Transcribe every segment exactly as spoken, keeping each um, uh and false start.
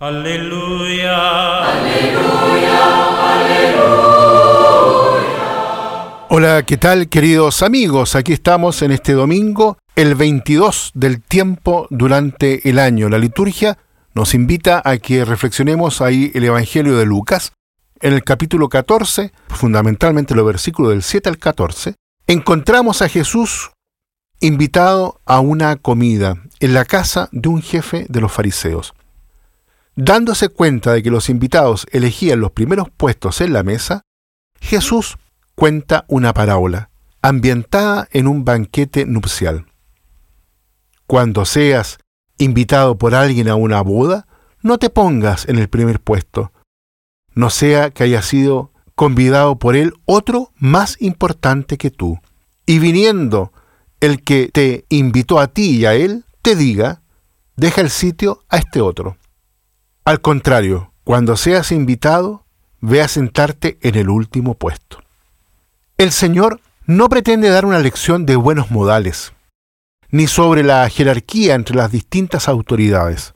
Aleluya, aleluya, aleluya. Hola, ¿qué tal, queridos amigos? Aquí estamos en este domingo, el veintidós del tiempo durante el año. La liturgia nos invita a que reflexionemos ahí el Evangelio de Lucas. En el capítulo catorce, fundamentalmente los versículos del siete al catorce, encontramos a Jesús invitado a una comida en la casa de un jefe de los fariseos. Dándose cuenta de que los invitados elegían los primeros puestos en la mesa, Jesús cuenta una parábola, ambientada en un banquete nupcial. Cuando seas invitado por alguien a una boda, no te pongas en el primer puesto, no sea que haya sido convidado por él otro más importante que tú, y viniendo el que te invitó a ti y a él, te diga, deja el sitio a este otro. Al contrario, cuando seas invitado, ve a sentarte en el último puesto. El Señor no pretende dar una lección de buenos modales, ni sobre la jerarquía entre las distintas autoridades.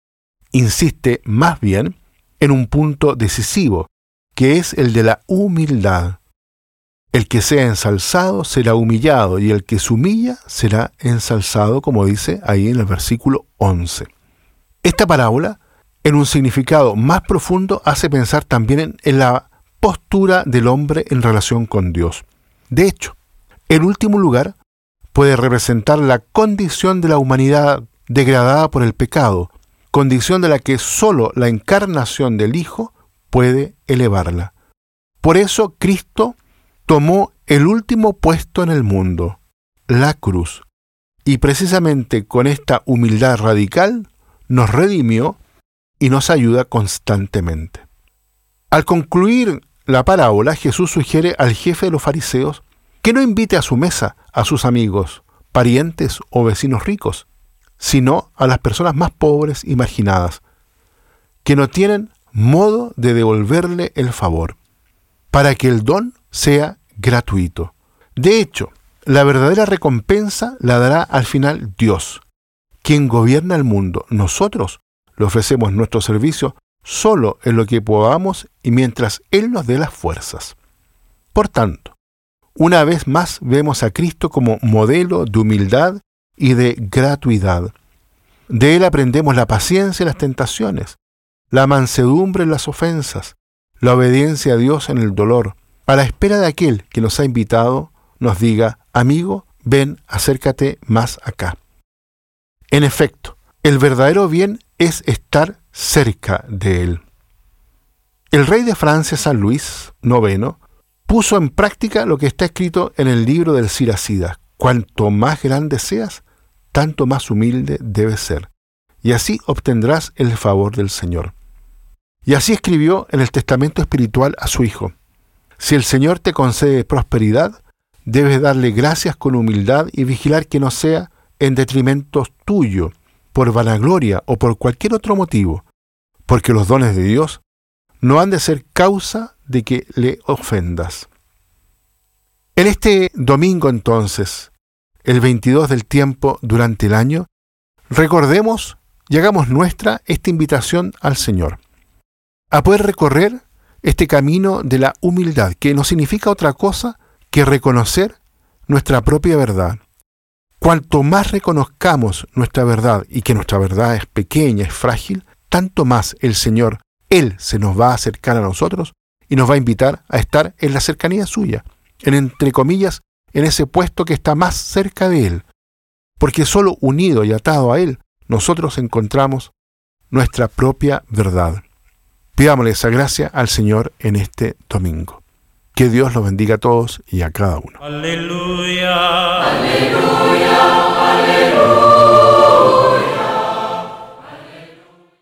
Insiste más bien en un punto decisivo, que es el de la humildad. El que sea ensalzado será humillado, y el que se humilla será ensalzado, como dice ahí en el versículo once. Esta parábola, en un significado más profundo, hace pensar también en, en la postura del hombre en relación con Dios. De hecho, el último lugar puede representar la condición de la humanidad degradada por el pecado, condición de la que sólo la encarnación del Hijo puede elevarla. Por eso Cristo tomó el último puesto en el mundo, la cruz, y precisamente con esta humildad radical nos redimió y nos ayuda constantemente. Al concluir la parábola, Jesús sugiere al jefe de los fariseos que no invite a su mesa a sus amigos, parientes o vecinos ricos, sino a las personas más pobres y marginadas, que no tienen modo de devolverle el favor, para que el don sea gratuito. De hecho, la verdadera recompensa la dará al final Dios, quien gobierna el mundo. Nosotros le ofrecemos nuestro servicio solo en lo que podamos y mientras Él nos dé las fuerzas. Por tanto, una vez más vemos a Cristo como modelo de humildad y de gratuidad. De Él aprendemos la paciencia en las tentaciones, la mansedumbre en las ofensas, la obediencia a Dios en el dolor, a la espera de aquel que nos ha invitado nos diga, amigo, ven, acércate más acá. En efecto, el verdadero bien es estar cerca de Él. El rey de Francia, San Luis noveno, puso en práctica lo que está escrito en el libro del Siracida. Cuanto más grande seas, tanto más humilde debes ser, y así obtendrás el favor del Señor. Y así escribió en el testamento espiritual a su hijo. Si el Señor te concede prosperidad, debes darle gracias con humildad y vigilar que no sea en detrimento tuyo, por vanagloria o por cualquier otro motivo, porque los dones de Dios no han de ser causa de que le ofendas. En este domingo entonces, el veintidós del tiempo durante el año, recordemos y hagamos nuestra esta invitación al Señor, a poder recorrer este camino de la humildad, que no significa otra cosa que reconocer nuestra propia verdad. Cuanto más reconozcamos nuestra verdad y que nuestra verdad es pequeña, es frágil, tanto más el Señor, Él se nos va a acercar a nosotros y nos va a invitar a estar en la cercanía suya, en entre comillas, en ese puesto que está más cerca de Él, porque solo unido y atado a Él, nosotros encontramos nuestra propia verdad. Pidámosle esa gracia al Señor en este domingo. Que Dios los bendiga a todos y a cada uno. Aleluya, aleluya, aleluya.